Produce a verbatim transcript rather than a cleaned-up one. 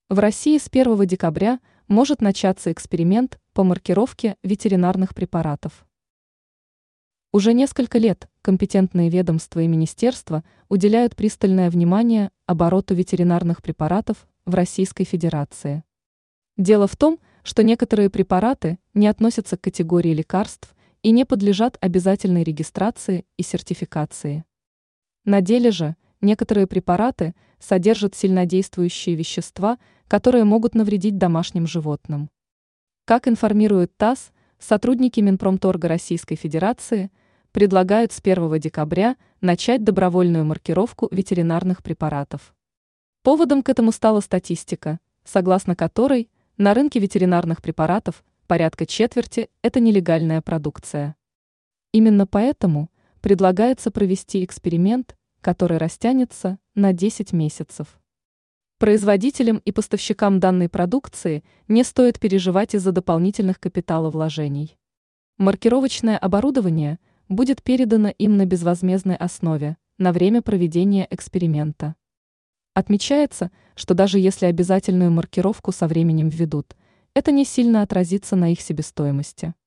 В России с первого декабря может начаться эксперимент по маркировке ветеринарных препаратов. Уже несколько лет компетентные ведомства и министерства уделяют пристальное внимание обороту ветеринарных препаратов в Российской Федерации. Дело в том, что некоторые препараты не относятся к категории лекарств и не подлежат обязательной регистрации и сертификации. На деле же некоторые препараты содержат сильнодействующие вещества, которые могут навредить домашним животным. Как информирует ТАСС, сотрудники Минпромторга Российской Федерации предлагают с первого декабря начать добровольную маркировку ветеринарных препаратов. Поводом к этому стала статистика, согласно которой на рынке ветеринарных препаратов порядка четверти – это нелегальная продукция. Именно поэтому предлагается провести эксперимент, который растянется на десять месяцев. Производителям и поставщикам данной продукции не стоит переживать из-за дополнительных капиталовложений. Маркировочное оборудование будет передано им на безвозмездной основе на время проведения эксперимента. Отмечается, что даже если обязательную маркировку со временем введут, это не сильно отразится на их себестоимости.